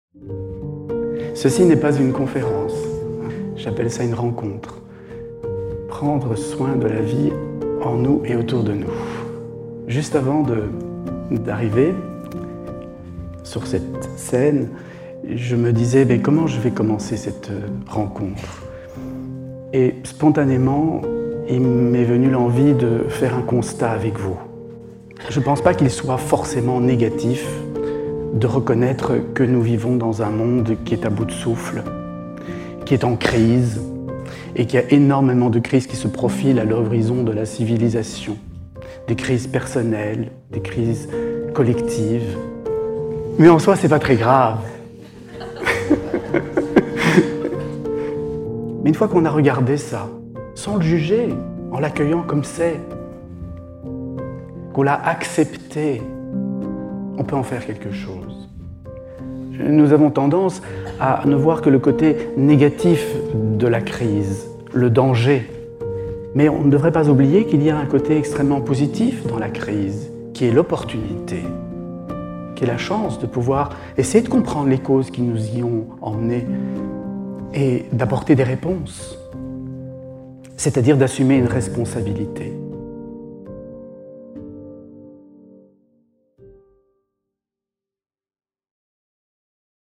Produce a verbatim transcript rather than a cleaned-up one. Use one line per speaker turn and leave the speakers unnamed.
Ceci n'est pas une conférence, j'appelle ça une rencontre. Prendre soin de la vie en nous et autour de nous. Juste avant de, d'arriver sur cette scène, je me disais mais comment je vais commencer cette rencontre. Et spontanément, il m'est venu l'envie de faire un constat avec vous. Je ne pense pas qu'il soit forcément négatif de reconnaître que nous vivons dans un monde qui est à bout de souffle, qui est en crise, et qu'il y a énormément de crises qui se profilent à l'horizon de la civilisation. Des crises personnelles, des crises collectives. Mais en soi, c'est pas très grave. Mais une fois qu'on a regardé ça, sans le juger, en l'accueillant comme c'est, qu'on l'a accepté, on peut en faire quelque chose. Nous avons tendance à ne voir que le côté négatif de la crise, le danger. Mais on ne devrait pas oublier qu'il y a un côté extrêmement positif dans la crise, qui est l'opportunité, qui est la chance de pouvoir essayer de comprendre les causes qui nous y ont emmenés et d'apporter des réponses, c'est-à-dire d'assumer une responsabilité.